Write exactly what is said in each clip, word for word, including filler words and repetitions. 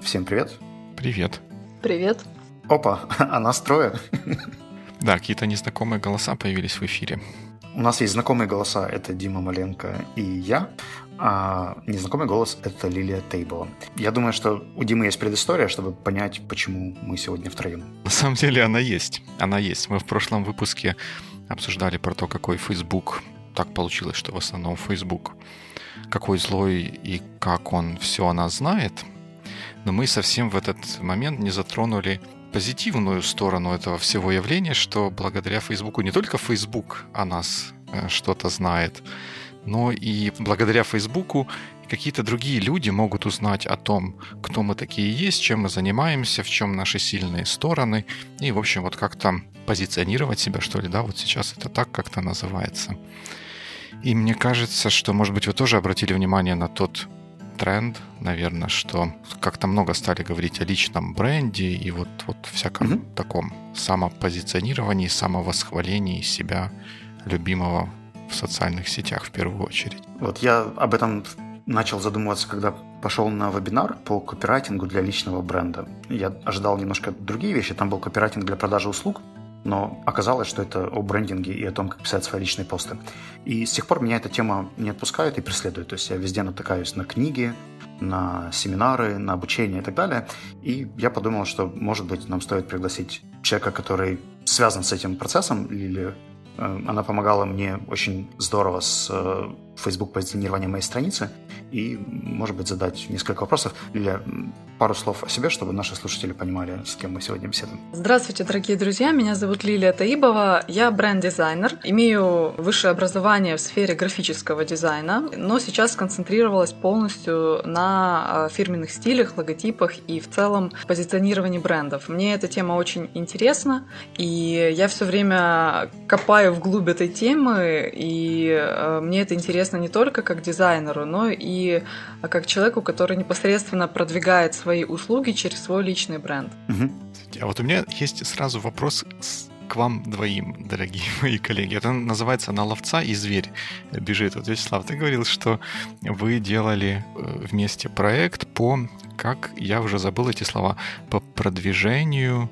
Всем привет. Привет. Привет. Опа, а нас трое. Да, какие-то незнакомые голоса появились в эфире. У нас есть знакомые голоса, это Дима Маленко и я, а незнакомый голос – это Лилия Тейбова. Я думаю, что у Димы есть предыстория, чтобы понять, почему мы сегодня втроем. На самом деле она есть, она есть. Мы в прошлом выпуске обсуждали про то, какой Facebook, так получилось, что в основном Facebook, какой злой и как он все о нас знает, но мы совсем в этот момент не затронули позитивную сторону этого всего явления, что благодаря Фейсбуку не только Facebook о нас что-то знает, но и благодаря Фейсбуку какие-то другие люди могут узнать о том, кто мы такие есть, чем мы занимаемся, в чем наши сильные стороны, и, в общем, вот как-то позиционировать себя, что ли, да, вот сейчас это так как-то называется. И мне кажется, что, может быть, вы тоже обратили внимание на тот тренд, наверное, что как-то много стали говорить о личном бренде и вот, вот всяком mm-hmm. таком самопозиционировании, самовосхвалении себя любимого в социальных сетях в первую очередь. Вот я об этом начал задумываться, когда пошел на вебинар по копирайтингу для личного бренда. Я ожидал немножко другие вещи, там был копирайтинг для продажи услуг, но оказалось, что это о брендинге и о том, как писать свои личные посты. И с тех пор меня эта тема не отпускает и преследует. То есть я везде натыкаюсь на книги, на семинары, на обучение и так далее. И я подумал, что, может быть, нам стоит пригласить человека, который связан с этим процессом, или э, она помогала мне очень здорово с э, Facebook-позиционированием моей страницы, и, может быть, задать несколько вопросов. Лиля, пару слов о себе, чтобы наши слушатели понимали, с кем мы сегодня беседуем. Здравствуйте, дорогие друзья, меня зовут Лилия Таибова, я бренд-дизайнер, имею высшее образование в сфере графического дизайна, но сейчас сконцентрировалась полностью на фирменных стилях, логотипах и в целом позиционировании брендов. Мне эта тема очень интересна, и я все время копаю вглубь этой темы, и мне это интересно не только как дизайнеру, но и как человеку, который непосредственно продвигает свои услуги через свой личный бренд. Угу. А вот у меня есть сразу вопрос к вам двоим, дорогие мои коллеги. Это называется «На ловца и зверь бежит». Вот, Вячеслав, ты говорил, что вы делали вместе проект по, как я уже забыл эти слова, по продвижению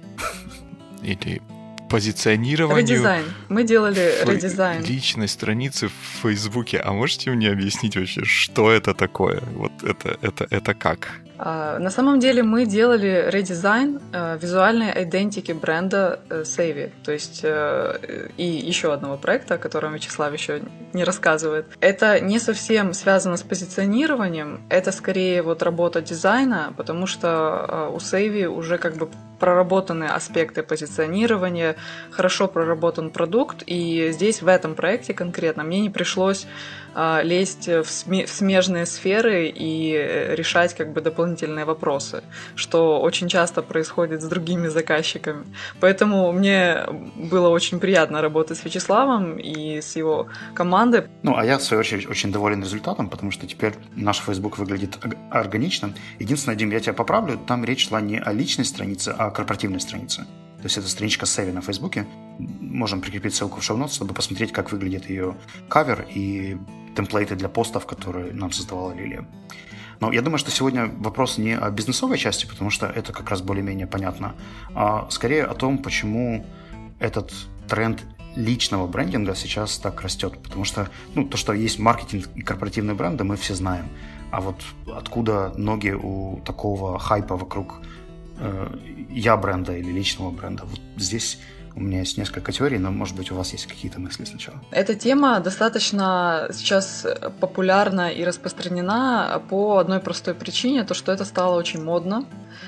или позиционированию. Редизайн. Мы делали редизайн. Личной страницы в Фейсбуке. А можете мне объяснить вообще, что это такое? Вот это, это, это как? На самом деле мы делали редизайн визуальной идентики бренда Savvy, то есть и еще одного проекта, о котором Вячеслав еще не рассказывает. Это не совсем связано с позиционированием, это скорее вот работа дизайна, потому что у Savvy уже как бы проработаны аспекты позиционирования, хорошо проработан продукт, и здесь в этом проекте конкретно мне не пришлось лезть в смежные сферы и решать как бы дополнительные вопросы, что очень часто происходит с другими заказчиками. Поэтому мне было очень приятно работать с Вячеславом и с его командой. Ну, а я, в свою очередь, очень доволен результатом, потому что теперь наш Facebook выглядит органично. Единственное, Дим, я тебя поправлю, там речь шла не о личной странице, а о корпоративной странице. То есть это страничка Savvy на Фейсбуке. Можем прикрепить ссылку в шоу-нотс, чтобы посмотреть, как выглядит ее кавер и темплейты для постов, которые нам создавала Лилия. Но я думаю, что сегодня вопрос не о бизнесовой части, потому что это как раз более-менее понятно, а скорее о том, почему этот тренд личного брендинга сейчас так растет. Потому что ну, то, что есть маркетинг и корпоративные бренды, мы все знаем. А вот откуда ноги у такого хайпа вокруг э, я бренда или личного бренда? Вот здесь у меня есть несколько теорий, но, может быть, у вас есть какие-то мысли сначала. Эта тема достаточно сейчас популярна и распространена по одной простой причине, то, что это стало очень модно.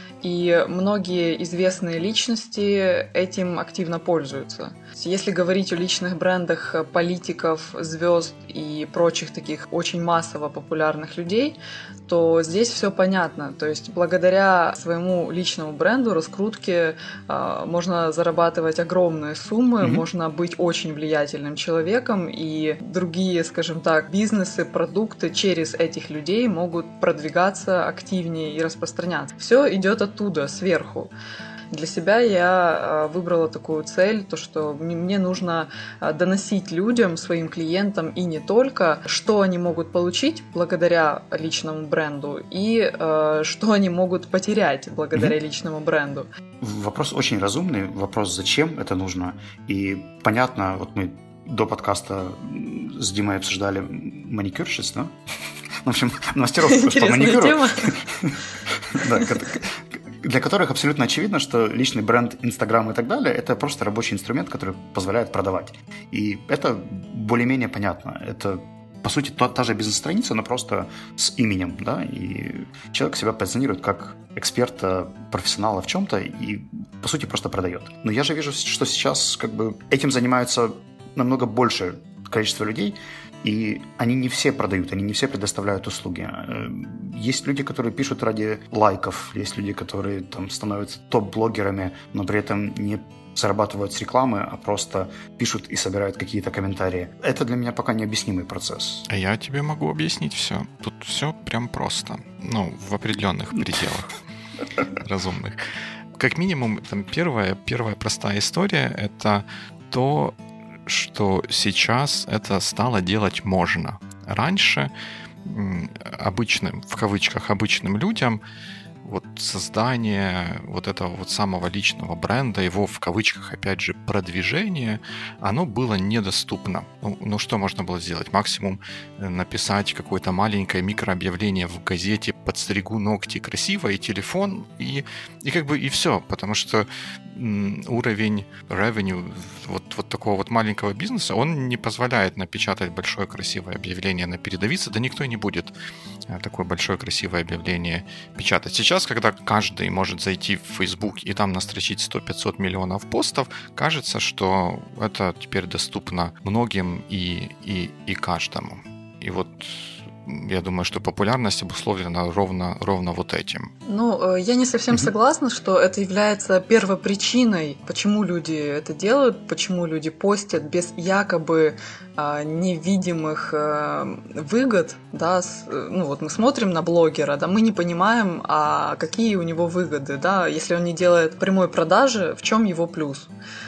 И многие известные личности этим активно пользуются. Если говорить о личных брендах политиков, звезд и прочих таких очень массово популярных людей, то здесь все понятно. То есть благодаря своему личному бренду, раскрутке, можно зарабатывать огромные суммы, mm-hmm. можно быть очень влиятельным человеком, и другие, скажем так, бизнесы, продукты через этих людей могут продвигаться активнее и распространяться. Все идет оттуда, сверху. Для себя я выбрала такую цель, то, что мне нужно доносить людям, своим клиентам и не только, что они могут получить благодаря личному бренду и что они могут потерять благодаря mm-hmm. личному бренду. Вопрос очень разумный, вопрос, зачем это нужно. И понятно, вот мы до подкаста с Димой обсуждали маникюрщиц, да? В общем, мастеров по маникюру. Для которых абсолютно очевидно, что личный бренд, Инстаграм и так далее – это просто рабочий инструмент, который позволяет продавать. И это более-менее понятно. Это, по сути, та, та же бизнес-страница, но просто с именем, да, и человек себя позиционирует как эксперта, профессионала в чем-то и, по сути, просто продает. Но я же вижу, что сейчас как бы этим занимаются намного больше количество людей, и они не все продают, они не все предоставляют услуги. Есть люди, которые пишут ради лайков, есть люди, которые там становятся топ-блогерами, но при этом не зарабатывают с рекламы, а просто пишут и собирают какие-то комментарии. Это для меня пока необъяснимый процесс. А я тебе могу объяснить все. Тут все прям просто. Ну, в определенных пределах разумных. Как минимум, там первая, первая простая история — это то, что сейчас это стало делать можно. Раньше обычным, в кавычках, обычным людям вот создание вот этого вот самого личного бренда, его в кавычках, опять же, продвижение, оно было недоступно. Ну, ну что можно было сделать? Максимум написать какое-то маленькое микрообъявление в газете «Подстригу ногти красиво» и телефон, и, и как бы и все, потому что м, уровень revenue вот, вот такого вот маленького бизнеса, он не позволяет напечатать большое красивое объявление на передовице, да никто и не будет такое большое красивое объявление печатать. Сейчас, когда каждый может зайти в Facebook и там настрочить сто-пятьсот миллионов постов, кажется, что это теперь доступно многим и, и, и каждому. И вот я думаю, что популярность обусловлена ровно, ровно вот этим. Ну, я не совсем согласна, что это является первопричиной, почему люди это делают, почему люди постят без якобы а, невидимых а, выгод. Да, с, ну, вот мы смотрим на блогера, да, мы не понимаем, а какие у него выгоды. Да, если он не делает прямой продажи, в чем его плюс?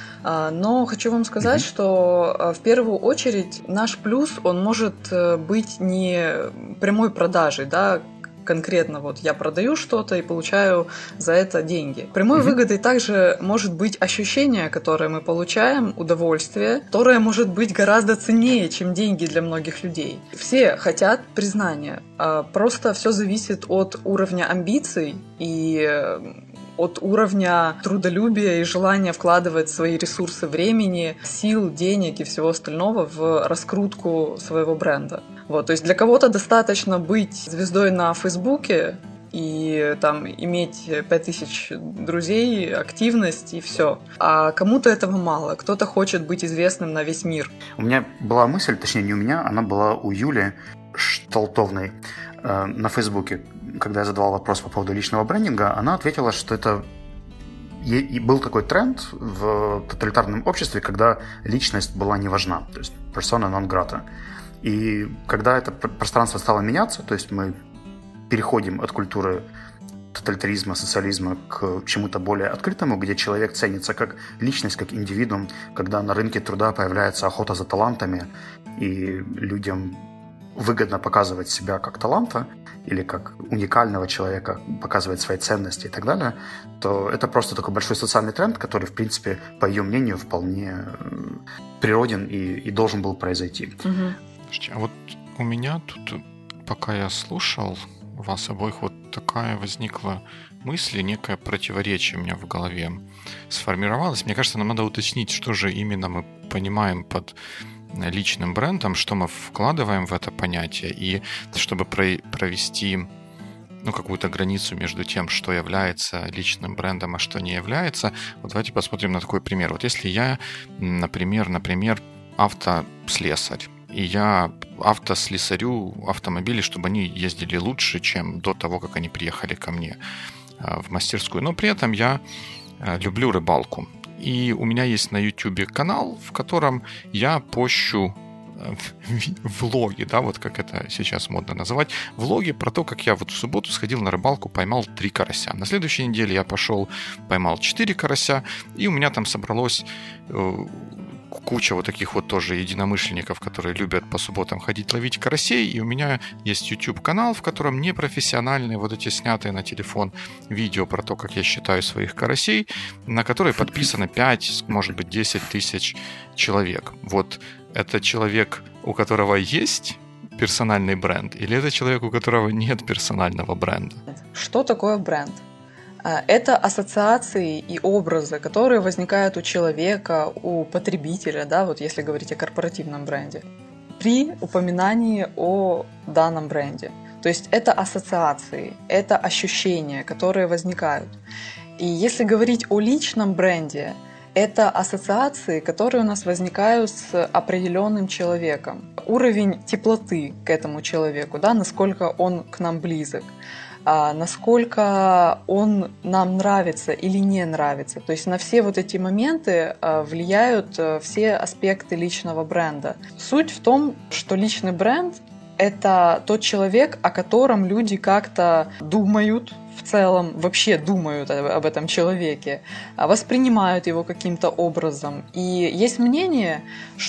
Но хочу вам сказать, mm-hmm. что в первую очередь наш плюс, он может быть не прямой продажей, да, конкретно вот я продаю что-то и получаю за это деньги. Прямой mm-hmm. выгодой также может быть ощущение, которое мы получаем, удовольствие, которое может быть гораздо ценнее, чем деньги для многих людей. Все хотят признания, просто все зависит от уровня амбиций и от уровня трудолюбия и желания вкладывать свои ресурсы времени, сил, денег и всего остального в раскрутку своего бренда. Вот, то есть для кого-то достаточно быть звездой на Фейсбуке и там иметь пять тысяч друзей, активность и все. А кому-то этого мало. Кто-то хочет быть известным на весь мир. У меня была мысль, точнее не у меня, она была у Юли Штолтовной э, на Фейсбуке. Когда я задавал вопрос по поводу личного брендинга, она ответила, что это и был такой тренд в тоталитарном обществе, когда личность была не важна, то есть persona non grata. И когда это пространство стало меняться, то есть мы переходим от культуры тоталитаризма, социализма к чему-то более открытому, где человек ценится как личность, как индивидуум, когда на рынке труда появляется охота за талантами, и людям выгодно показывать себя как таланта или как уникального человека, показывать свои ценности и так далее, то это просто такой большой социальный тренд, который, в принципе, по ее мнению, вполне природен и, и должен был произойти. Угу. А вот у меня тут, пока я слушал вас обоих, вот такая возникла мысль, некое противоречие у меня в голове сформировалось. Мне кажется, нам надо уточнить, что же именно мы понимаем под личным брендом, что мы вкладываем в это понятие, и чтобы провести ну, какую-то границу между тем, что является личным брендом, а что не является. Вот давайте посмотрим на такой пример. Вот если я, например, например, автослесарь, и я автослесарю автомобили, чтобы они ездили лучше, чем до того, как они приехали ко мне в мастерскую. Но при этом я люблю рыбалку. И у меня есть на YouTube канал, в котором я пощу влоги, да, вот как это сейчас модно называть, влоги про то, как я вот в субботу сходил на рыбалку, поймал три карася. На следующей неделе я пошел, поймал четыре карася, и у меня там собралось куча вот таких вот тоже единомышленников, которые любят по субботам ходить ловить карасей, и у меня есть YouTube-канал, в котором непрофессиональные вот эти снятые на телефон видео про то, как я считаю своих карасей, на которые подписано пять, может быть, десять тысяч человек. Вот это человек, у которого есть персональный бренд, или это человек, у которого нет персонального бренда? Что такое бренд? Это ассоциации и образы, которые возникают у человека, у потребителя, да, вот если говорить о корпоративном бренде, при упоминании о данном бренде. То есть это ассоциации, это ощущения, которые возникают. И если говорить о личном бренде, это ассоциации, которые у нас возникают с определенным человеком. Уровень теплоты к этому человеку, да, насколько он к нам близок. Насколько он нам нравится или не нравится. То есть на все вот эти моменты влияют все аспекты личного бренда. Суть в том, что личный бренд – это тот человек, о котором люди как-то думают, в целом вообще думают об этом человеке, воспринимают его каким-то образом. И есть мнение,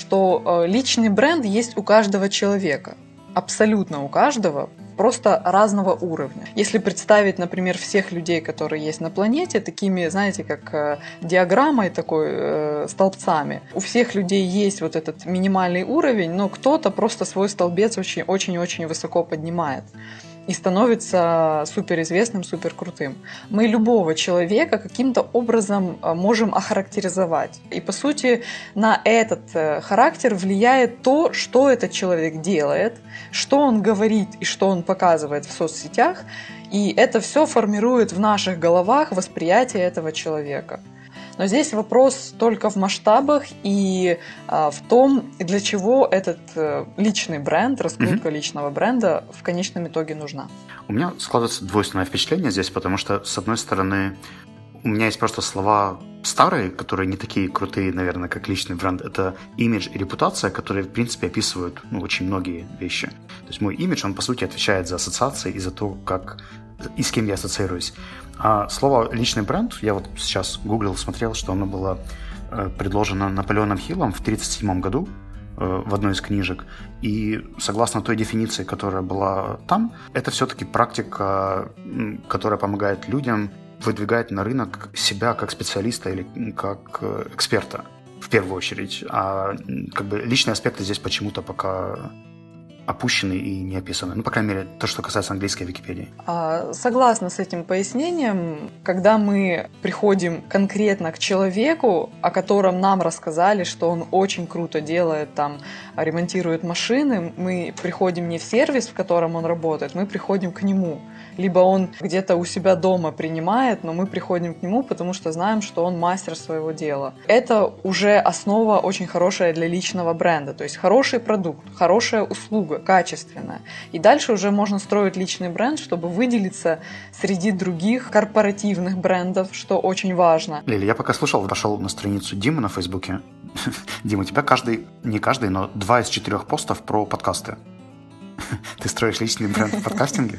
что личный бренд есть у каждого человека. Абсолютно у каждого, просто разного уровня. Если представить, например, всех людей, которые есть на планете, такими, знаете, как диаграммой такой, э, столбцами, у всех людей есть вот этот минимальный уровень, но кто-то просто свой столбец очень-очень высоко поднимает и становится суперизвестным, суперкрутым. Мы любого человека каким-то образом можем охарактеризовать. И, по сути, на этот характер влияет то, что этот человек делает, что он говорит и что он показывает в соцсетях. И это все формирует в наших головах восприятие этого человека. Но здесь вопрос только в масштабах и а, в том, для чего этот а, личный бренд, раскрутка mm-hmm. личного бренда в конечном итоге нужна. У меня складывается двойственное впечатление здесь, потому что, с одной стороны, у меня есть просто слова старые, которые не такие крутые, наверное, как личный бренд. Это имидж и репутация, которые, в принципе, описывают ну, очень многие вещи. То есть мой имидж, он, по сути, отвечает за ассоциации и за то, как и с кем я ассоциируюсь. А слово «личный бренд», я вот сейчас гуглил, смотрел, что оно было э, предложено Наполеоном Хиллом в тысяча девятьсот тридцать седьмом году э, в одной из книжек. И согласно той дефиниции, которая была там, это все-таки практика, которая помогает людям выдвигать на рынок себя как специалиста или как эксперта в первую очередь. А как бы личные аспекты здесь почему-то пока опущены и не описаны. Ну, по крайней мере, то, что касается английской Википедии. Согласна с этим пояснением. Когда мы приходим конкретно к человеку, о котором нам рассказали, что он очень круто делает, там, ремонтирует машины, мы приходим не в сервис, в котором он работает, мы приходим к нему. Либо он где-то у себя дома принимает, но мы приходим к нему, потому что знаем, что он мастер своего дела. Это уже основа очень хорошая для личного бренда. То есть хороший продукт, хорошая услуга, качественная. И дальше уже можно строить личный бренд, чтобы выделиться среди других корпоративных брендов, что очень важно. Лиля, я пока слушал, пошел на страницу Димы на Фейсбуке. Дима, у тебя каждый, не каждый, но два из четырех постов про подкасты. Ты строишь личный бренд в подкастинге?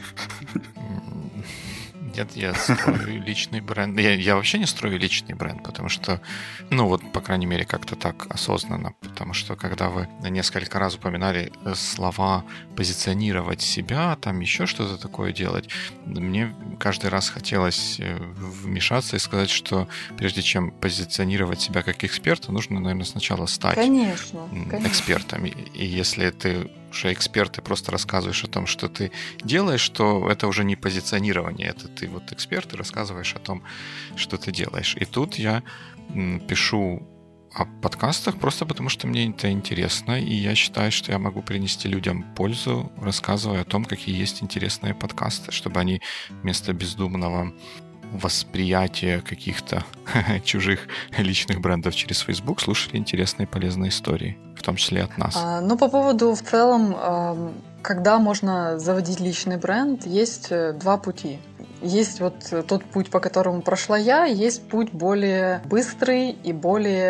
Нет, я строю личный бренд. Я, я вообще не строю личный бренд, потому что, ну вот, по крайней мере, как-то так осознанно. Потому что, когда вы несколько раз упоминали слова «позиционировать себя», там еще что-то такое делать, мне каждый раз хотелось вмешаться и сказать, что прежде чем позиционировать себя как эксперта, нужно, наверное, сначала стать конечно, конечно. экспертом. И если ты уже эксперт, ты просто рассказываешь о том, что ты делаешь, то это уже не позиционирование, это ты вот эксперт и рассказываешь о том, что ты делаешь. И тут я пишу о подкастах просто потому, что мне это интересно, и я считаю, что я могу принести людям пользу, рассказывая о том, какие есть интересные подкасты, чтобы они вместо бездумного восприятия каких-то чужих личных брендов через Facebook слушали интересные полезные истории, в том числе от нас. А, ну, по поводу в целом, когда можно заводить личный бренд, есть два пути. Есть вот тот путь, по которому прошла я, есть путь более быстрый и более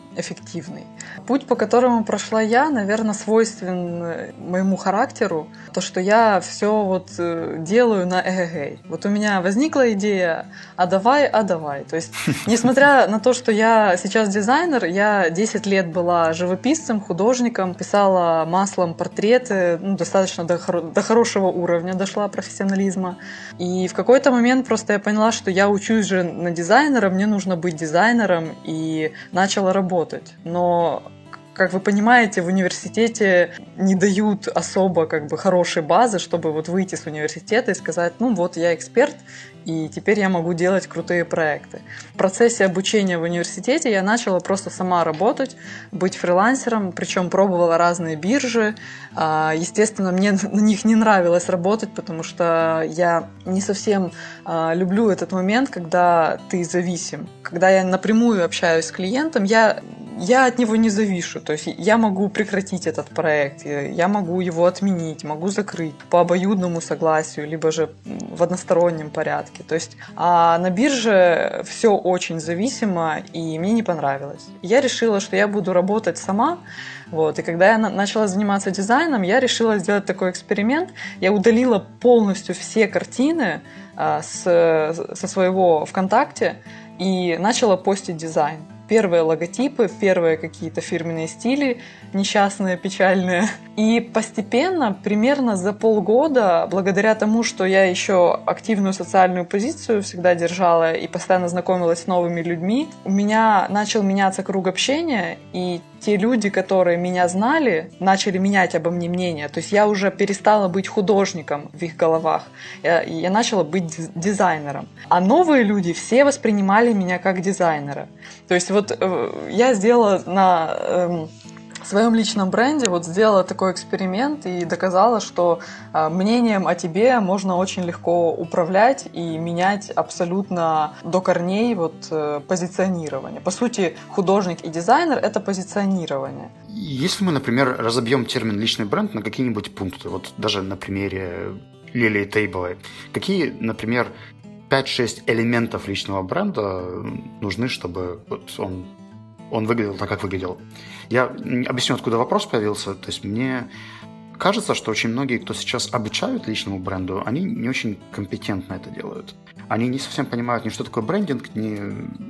эффективный. Путь, по которому прошла я, наверное, свойствен моему характеру. То, что я все вот делаю на эгэгэй. Вот у меня возникла идея, а давай, а давай. То есть, несмотря на то, что я сейчас дизайнер, я десять лет была живописцем, художником, писала маслом портреты, ну, достаточно до, хоро- до хорошего уровня дошла профессионализма. И в какой-то момент просто я поняла, что я учусь же на дизайнера, мне нужно быть дизайнером, и начала работать. Но, как вы понимаете, в университете не дают особо как бы хорошей базы, чтобы вот выйти с университета и сказать, ну вот я эксперт, и теперь я могу делать крутые проекты. В процессе обучения в университете я начала просто сама работать, быть фрилансером, причем пробовала разные биржи. Естественно, мне на них не нравилось работать, потому что я не совсем люблю этот момент, когда ты зависим. Когда я напрямую общаюсь с клиентом, я... я от него не завишу. То есть я могу прекратить этот проект, я могу его отменить, могу закрыть по обоюдному согласию, либо же в одностороннем порядке. То есть а на бирже все очень зависимо, и мне не понравилось. Я решила, что я буду работать сама. Вот. И когда я на- начала заниматься дизайном, я решила сделать такой эксперимент. Я удалила полностью все картины а, с, со своего ВКонтакте и начала постить дизайн. Первые логотипы, первые какие-то фирменные стили, несчастные, печальные. И постепенно, примерно за полгода, благодаря тому, что я еще активную социальную позицию всегда держала и постоянно знакомилась с новыми людьми, у меня начал меняться круг общения, и те люди, которые меня знали, начали менять обо мне мнение. То есть я уже перестала быть художником в их головах, я, я начала быть дизайнером. А новые люди все воспринимали меня как дизайнера. То есть вот э, я сделала на... Э, в своем личном бренде вот сделала такой эксперимент и доказала, что э, мнением о тебе можно очень легко управлять и менять абсолютно до корней вот, э, позиционирование. По сути, художник и дизайнер – это позиционирование. Если мы, например, разобьем термин «личный бренд» на какие-нибудь пункты, вот даже на примере Лилии Тейбовой, какие, например, пять-шесть элементов личного бренда нужны, чтобы вот он, он выглядел так, как выглядел? Я объясню, откуда вопрос появился. То есть мне кажется, что очень многие, кто сейчас обучают личному бренду, они не очень компетентно это делают. Они не совсем понимают ни что такое брендинг, ни,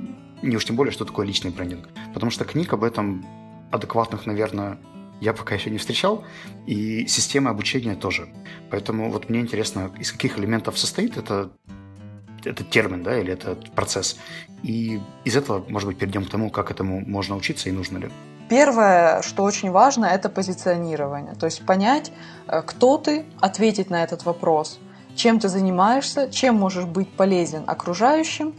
ни уж тем более, что такое личный брендинг. Потому что книг об этом адекватных, наверное, я пока еще не встречал, и системы обучения тоже. Поэтому вот мне интересно, из каких элементов состоит это, этот термин, да, или этот процесс. И из этого, может быть, перейдем к тому, как этому можно учиться и нужно ли. Первое, что очень важно, это позиционирование. То есть понять, кто ты, ответить на этот вопрос, чем ты занимаешься, чем можешь быть полезен окружающим,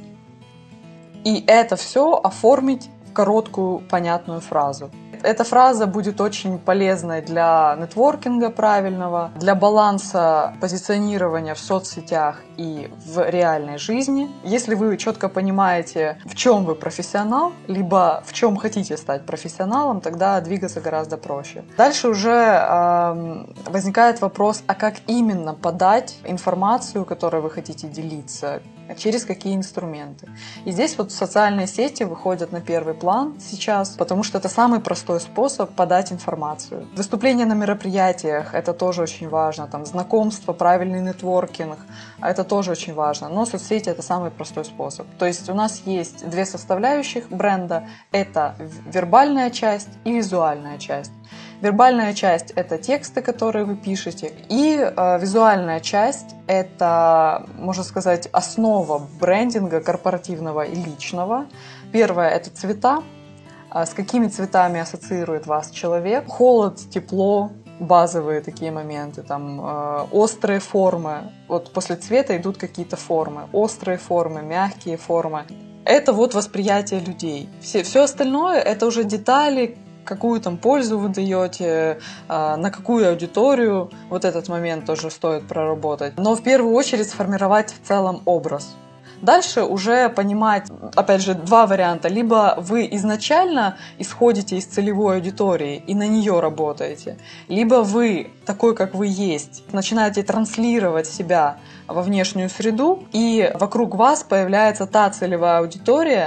и это все оформить в короткую, понятную фразу. Эта фраза будет очень полезной для нетворкинга правильного, для баланса позиционирования в соцсетях и в реальной жизни. Если вы четко понимаете, в чем вы профессионал, либо в чем хотите стать профессионалом, тогда двигаться гораздо проще. Дальше уже э, возникает вопрос, а как именно подать информацию, которой вы хотите делиться, через какие инструменты. И здесь вот социальные сети выходят на первый план сейчас, потому что это самый простой способ подать информацию. Выступления на мероприятиях – это тоже очень важно. Там, знакомство, правильный нетворкинг – это тоже очень важно. Но соцсети – это самый простой способ. То есть у нас есть две составляющих бренда – это вербальная часть и визуальная часть. Вербальная часть – это тексты, которые вы пишете, и э, визуальная часть – это, можно сказать, основа брендинга корпоративного и личного. Первое – это цвета. А с какими цветами ассоциирует вас человек? Холод, тепло, базовые такие моменты, там э, острые формы. Вот после цвета идут какие-то формы. Острые формы, мягкие формы. Это вот восприятие людей. Все, все остальное – это уже детали, какую там пользу вы даете, на какую аудиторию. Вот этот момент тоже стоит проработать. Но в первую очередь сформировать в целом образ. Дальше уже понимать, опять же, два варианта. Либо вы изначально исходите из целевой аудитории и на нее работаете, либо вы, такой как вы есть, начинаете транслировать себя во внешнюю среду, и вокруг вас появляется та целевая аудитория,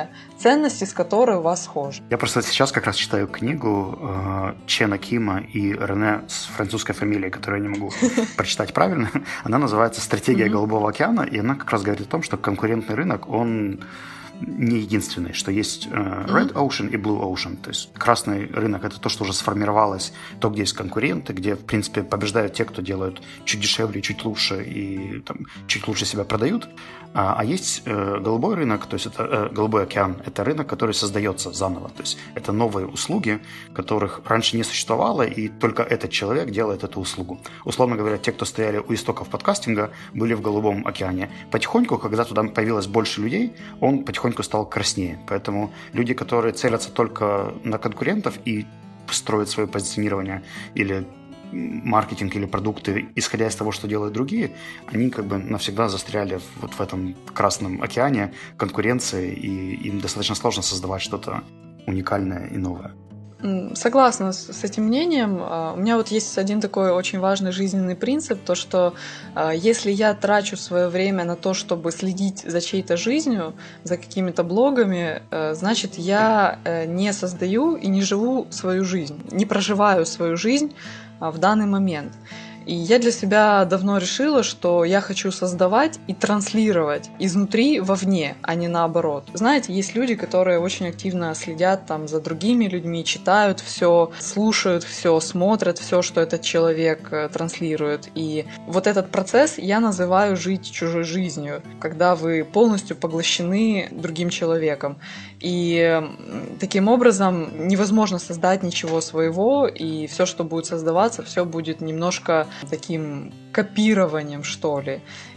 ценности, с которой у вас схожи. Я просто сейчас как раз читаю книгу э, Чена Кима и Рене с французской фамилией, которую я не могу прочитать правильно. Она называется «Стратегия Голубого океана», и она как раз говорит о том, что конкурентный рынок, он не единственный, что есть э, Red Ocean и Blue Ocean. То есть красный рынок – это то, что уже сформировалось, то, где есть конкуренты, где, в принципе, побеждают те, кто делают чуть дешевле, чуть лучше и там, чуть лучше себя продают. А, а есть э, голубой рынок, то есть это э, голубой океан – это рынок, который создается заново. То есть это новые услуги, которых раньше не существовало, и только этот человек делает эту услугу. Условно говоря, те, кто стояли у истоков подкастинга, были в голубом океане. Потихоньку, когда туда появилось больше людей, он потихоньку стал краснее. Поэтому люди, которые целятся только на конкурентов и строят свое позиционирование или маркетинг, или продукты, исходя из того, что делают другие, они как бы навсегда застряли вот в этом красном океане конкуренции, и им достаточно сложно создавать что-то уникальное и новое. Согласна с этим мнением. У меня вот есть один такой очень важный жизненный принцип, то что если я трачу свое время на то, чтобы следить за чьей-то жизнью, за какими-то блогами, значит, я не создаю и не живу свою жизнь, не проживаю свою жизнь в данный момент. И я для себя давно решила, что я хочу создавать и транслировать изнутри вовне, а не наоборот. Знаете, есть люди, которые очень активно следят там за другими людьми, читают все, слушают все, смотрят все, что этот человек транслирует. И вот этот процесс я называю жить чужой жизнью, когда вы полностью поглощены другим человеком. И таким образом невозможно создать ничего своего, и все, что будет создаваться, все будет немножко таким копированием, что ли.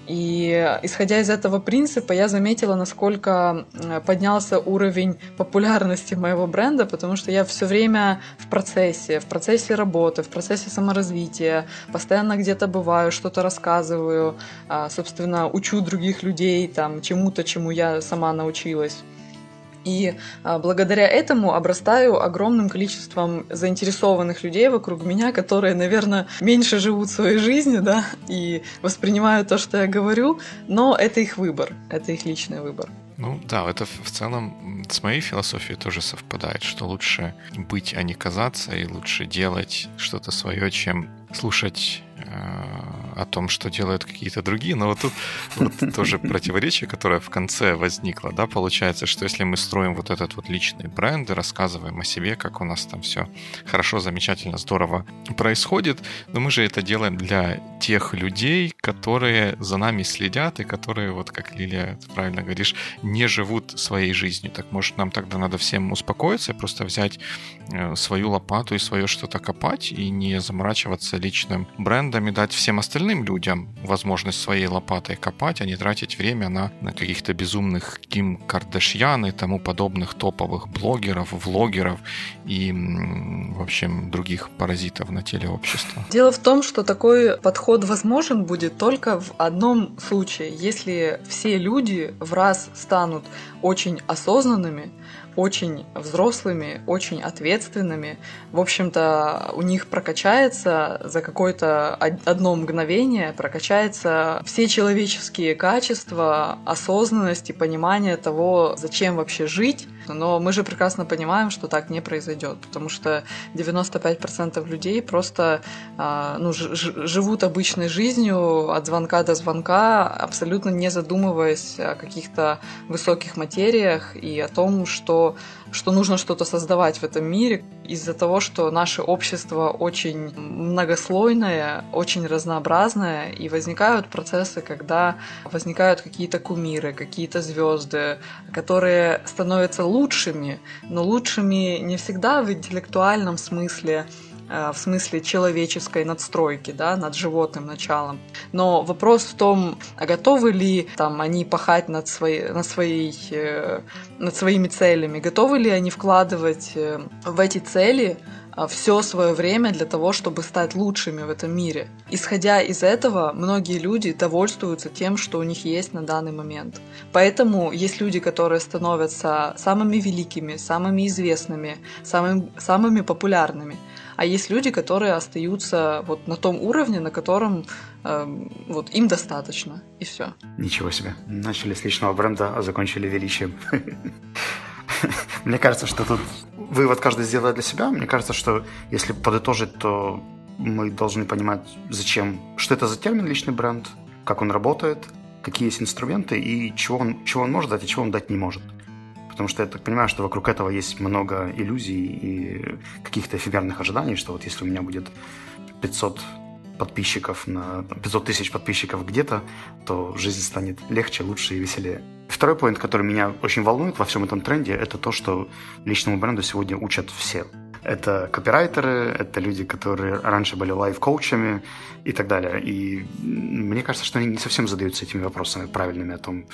И исходя из этого принципа, я заметила, насколько поднялся уровень популярности моего бренда, потому что я все время в процессе, в процессе работы, в процессе саморазвития, постоянно где-то бываю, что-то рассказываю, собственно, учу других людей там, чему-то, чему я сама научилась. И а, благодаря этому обрастаю огромным количеством заинтересованных людей вокруг меня, которые, наверное, меньше живут своей жизнью, да, и воспринимают то, что я говорю, но это их выбор, это их личный выбор. Ну да, это в целом с моей философией тоже совпадает, что лучше быть, а не казаться, и лучше делать что-то свое, чем слушать э, о том, что делают какие-то другие. Но вот тут вот тоже противоречие, которое в конце возникло, да, получается, что если мы строим вот этот вот личный бренд и рассказываем о себе, как у нас там все хорошо, замечательно, здорово происходит, но мы же это делаем для тех людей, которые за нами следят и которые, вот как Лилия, ты правильно говоришь, не живут своей жизнью. Так может нам тогда надо всем успокоиться и просто взять свою лопату и свое что-то копать и не заморачиваться личным брендом и дать всем остальным людям возможность своей лопатой копать, а не тратить время на, на каких-то безумных Ким Кардашьян и тому подобных топовых блогеров, влогеров и, в общем, других паразитов на теле общества. Дело в том, что такой подход возможен будет только в одном случае, если все люди в раз станут очень осознанными, очень взрослыми, очень ответственными. В общем-то, у них прокачается за какое-то одно мгновение, прокачается все человеческие качества, осознанность и понимание того, зачем вообще жить. Но мы же прекрасно понимаем, что так не произойдет, потому что девяносто пять процентов людей просто ну, ж- живут обычной жизнью от звонка до звонка, абсолютно не задумываясь о каких-то высоких материях и о том, что что нужно что-то создавать в этом мире из-за того, что наше общество очень многослойное, очень разнообразное, и возникают процессы, когда возникают какие-то кумиры, какие-то звезды, которые становятся лучшими, но лучшими не всегда в интеллектуальном смысле, в смысле человеческой надстройки, да, над животным началом. Но вопрос в том, а готовы ли там, они пахать над, своей, над, своей, над своими целями, готовы ли они вкладывать в эти цели все свое время для того, чтобы стать лучшими в этом мире. Исходя из этого, многие люди довольствуются тем, что у них есть на данный момент. Поэтому есть люди, которые становятся самыми великими, самыми известными, самыми, самыми популярными. А есть люди, которые остаются вот на том уровне, на котором э, вот им достаточно, и все. Ничего себе. Начали с личного бренда, а закончили величием. Мне кажется, что тут вывод каждый сделает для себя. Мне кажется, что если подытожить, то мы должны понимать, зачем, что это за термин личный бренд, как он работает, какие есть инструменты и чего он, чего он может дать, и чего он дать не может. Потому что я так понимаю, что вокруг этого есть много иллюзий и каких-то эфемерных ожиданий, что вот если у меня будет пятьсот подписчиков на пятьсот тысяч подписчиков где-то, то жизнь станет легче, лучше и веселее. Второй поинт, который меня очень волнует во всем этом тренде, это то, что личному бренду сегодня учат все. Это копирайтеры, это люди, которые раньше были лайф-коучами и так далее. И мне кажется, что они не совсем задаются этими вопросами правильными о том,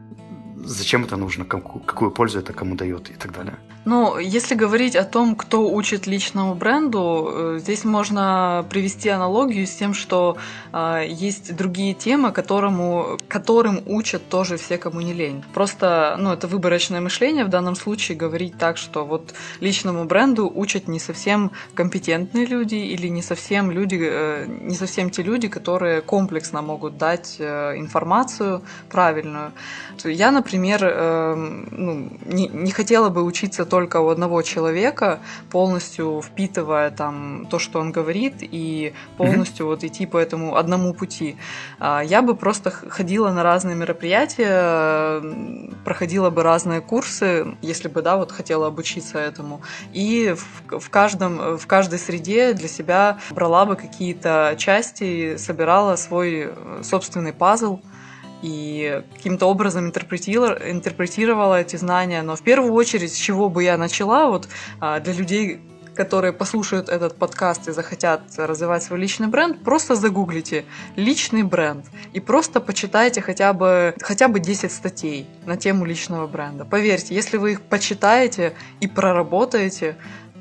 зачем это нужно, какую, какую пользу это кому дает и так далее. Ну, если говорить о том, кто учит личному бренду, здесь можно привести аналогию с тем, что э, есть другие темы, которому, которым учат тоже все, кому не лень. Просто, ну, это выборочное мышление в данном случае говорить так, что вот личному бренду учат не совсем компетентные люди или не совсем люди, э, не совсем те люди, которые комплексно могут дать э, информацию правильную. Я, например, э, ну, не, не хотела бы учиться только у одного человека, полностью впитывая там то, что он говорит, и полностью mm-hmm. вот идти по этому одному пути. Я бы просто ходила на разные мероприятия, проходила бы разные курсы, если бы, да, вот хотела обучиться этому, и в, в каждом, в каждой среде для себя брала бы какие-то части, собирала свой собственный пазл, и каким-то образом интерпретировала эти знания. Но в первую очередь, с чего бы я начала, вот для людей, которые послушают этот подкаст и захотят развивать свой личный бренд, просто загуглите «личный бренд» и просто почитайте хотя бы, хотя бы десять статей на тему личного бренда. Поверьте, если вы их почитаете и проработаете,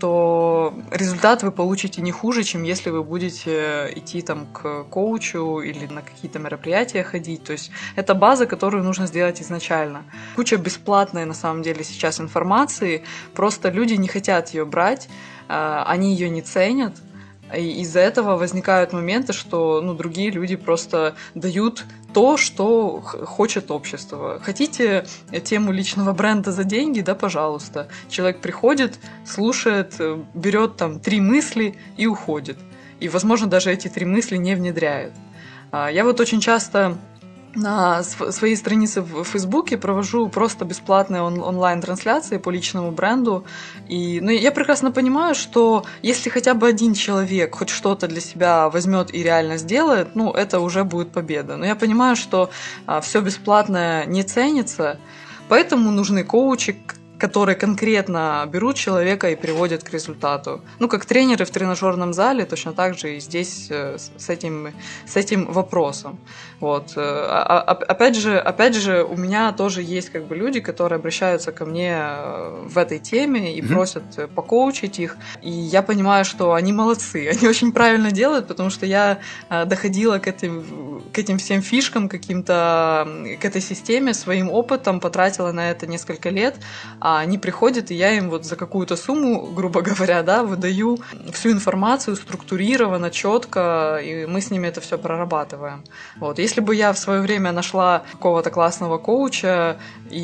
то результат вы получите не хуже, чем если вы будете идти там к коучу или на какие-то мероприятия ходить. То есть это база, которую нужно сделать изначально. Куча бесплатной на самом деле сейчас информации, просто люди не хотят ее брать, они ее не ценят. И из-за этого возникают моменты, что ну, другие люди просто дают то, что хочет общество. Хотите тему личного бренда за деньги? Да, пожалуйста. Человек приходит, слушает, берет там три мысли и уходит. И, возможно, даже эти три мысли не внедряет. Я вот очень часто на своей странице в Фейсбуке провожу просто бесплатные он- онлайн-трансляции по личному бренду. И, ну, я прекрасно понимаю, что если хотя бы один человек хоть что-то для себя возьмет и реально сделает, ну, это уже будет победа. Но я понимаю, что а, все бесплатное не ценится, поэтому нужны коучи, которые конкретно берут человека и приводят к результату. Ну, как тренеры в тренажерном зале, точно так же и здесь с этим, с этим вопросом. Вот. А, а, опять же, опять же, у меня тоже есть как бы люди, которые обращаются ко мне в этой теме и mm-hmm. просят покоучить их. И я понимаю, что они молодцы, они очень правильно делают, потому что я доходила к этим, к этим всем фишкам, каким-то, к этой системе своим опытом, потратила на это несколько лет. А они приходят, и я им вот за какую-то сумму, грубо говоря, да, выдаю всю информацию структурированно, четко, и мы с ними это все прорабатываем. Вот. Если бы я в свое время нашла какого-то классного коуча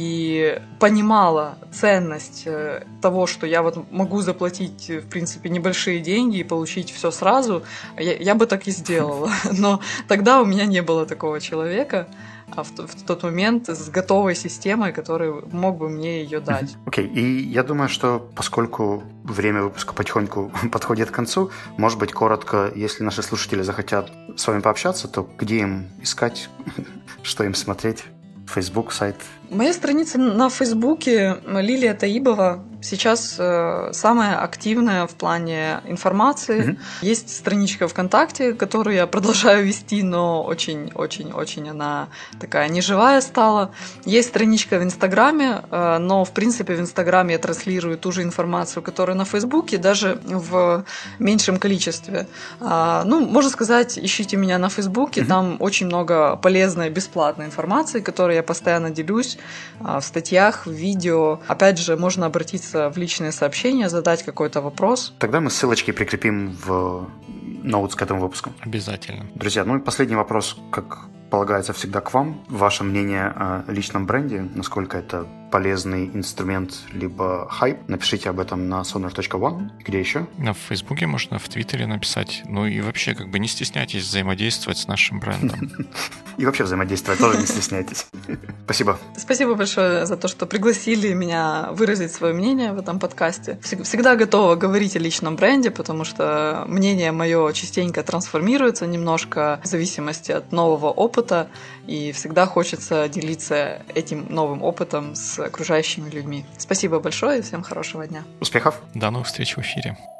и понимала ценность того, что я вот могу заплатить, в принципе, небольшие деньги и получить все сразу, я, я бы так и сделала. Но тогда у меня не было такого человека а в, в тот момент с готовой системой, который мог бы мне ее дать. Окей, okay. И я думаю, что поскольку время выпуска потихоньку подходит к концу, может быть, коротко, если наши слушатели захотят с вами пообщаться, то где им искать, что им смотреть? Facebook, сайт? Моя страница на Фейсбуке Лилия Таибова. Сейчас э, самая активная в плане информации. Mm-hmm. Есть страничка ВКонтакте, которую я продолжаю вести, но очень-очень-очень она такая неживая стала. Есть страничка в Инстаграме, э, но в принципе в Инстаграме я транслирую ту же информацию, которая на Фейсбуке, даже в меньшем количестве. А, ну, можно сказать, ищите меня на Фейсбуке, mm-hmm. там очень много полезной бесплатной информации, которой я постоянно делюсь в статьях, в видео. Опять же, можно обратиться в личные сообщения, задать какой-то вопрос. Тогда мы ссылочки прикрепим в ноутс к этому выпуску. Обязательно. Друзья, ну и последний вопрос, как полагается, всегда к вам. Ваше мнение о личном бренде, насколько это полезный инструмент, либо хайп, напишите об этом на sonar точка one. Где еще? На Фейсбуке можно, в Твиттере написать. Ну и вообще, как бы не стесняйтесь взаимодействовать с нашим брендом. И вообще взаимодействовать тоже не стесняйтесь. Спасибо. Спасибо большое за то, что пригласили меня выразить свое мнение в этом подкасте. Всегда готова говорить о личном бренде, потому что мнение мое частенько трансформируется немножко в зависимости от нового опыта, и всегда хочется делиться этим новым опытом с окружающими людьми. Спасибо большое и всем хорошего дня. Успехов. До новых встреч в эфире.